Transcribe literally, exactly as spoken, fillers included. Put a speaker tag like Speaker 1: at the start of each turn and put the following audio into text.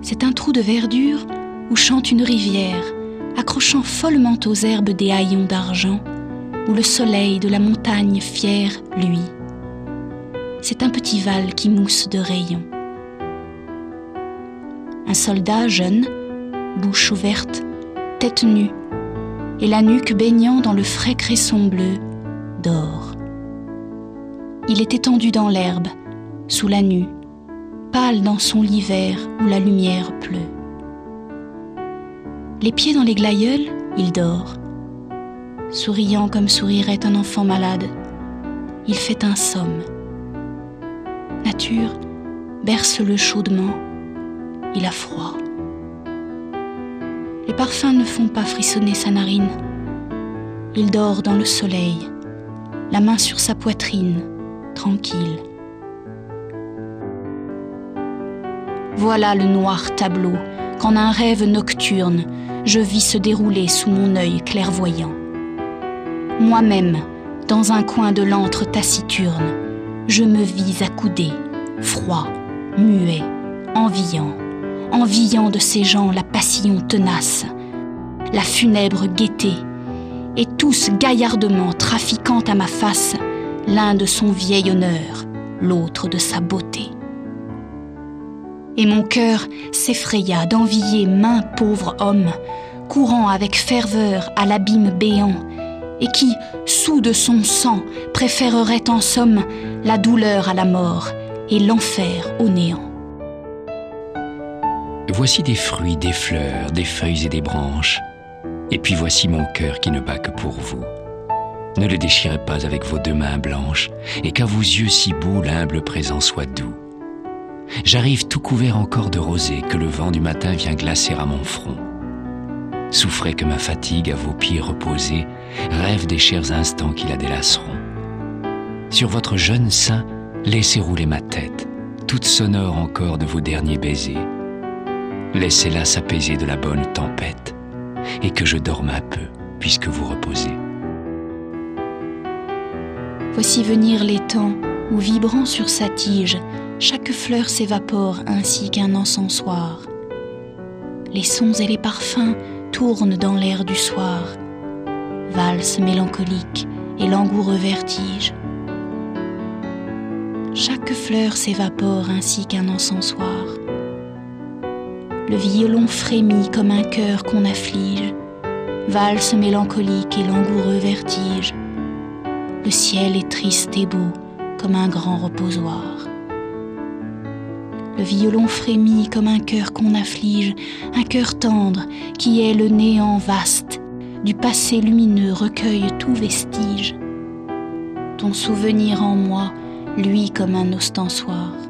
Speaker 1: C'est un trou de verdure où chante une rivière, accrochant follement aux herbes des haillons d'argent, où le soleil de la montagne fière luit. C'est un petit val qui mousse de rayons. Un soldat jeune, bouche ouverte, tête nue, et la nuque baignant dans le frais cresson bleu, dort. Il est étendu dans l'herbe, sous la nue, pâle dans son lit vert où la lumière pleut. Les pieds dans les glaïeuls, il dort. Souriant comme sourirait un enfant malade, il fait un somme. Nature berce-le chaudement, il a froid. Les parfums ne font pas frissonner sa narine. Il dort dans le soleil, la main sur sa poitrine, tranquille. Voilà le noir tableau qu'en un rêve nocturne, je vis se dérouler sous mon œil clairvoyant. Moi-même, dans un coin de l'antre taciturne, je me vis accoudé, froid, muet, enviant, enviant de ces gens la passion tenace, la funèbre gaieté, et tous gaillardement trafiquant à ma face, l'un de son vieil honneur, l'autre de sa beauté. Et mon cœur s'effraya d'envier maint pauvre homme, courant avec ferveur à l'abîme béant, et qui, soûl de son sang, préférerait en somme la douleur à la mort et l'enfer au néant.
Speaker 2: Voici des fruits, des fleurs, des feuilles et des branches, et puis voici mon cœur qui ne bat que pour vous. Ne le déchirez pas avec vos deux mains blanches, et qu'à vos yeux si beaux l'humble présent soit doux. J'arrive tout couvert encore de rosée que le vent du matin vient glacer à mon front. Souffrez que ma fatigue à vos pieds reposés rêve des chers instants qui la délaceront. Sur votre jeune sein, laissez rouler ma tête, toute sonore encore de vos derniers baisers. Laissez-la s'apaiser de la bonne tempête, et que je dorme un peu, puisque vous reposez.
Speaker 1: Voici venir les temps où, vibrant sur sa tige, chaque fleur s'évapore ainsi qu'un encensoir. Les sons et les parfums tournent dans l'air du soir, valse mélancolique et langoureux vertige. Chaque fleur s'évapore ainsi qu'un encensoir. Le violon frémit comme un cœur qu'on afflige, valse mélancolique et langoureux vertige. Le ciel est triste et beau comme un grand reposoir. Le violon frémit comme un cœur qu'on afflige, un cœur tendre qui est le néant vaste, du passé lumineux recueille tout vestige. Ton souvenir en moi luit comme un ostensoir.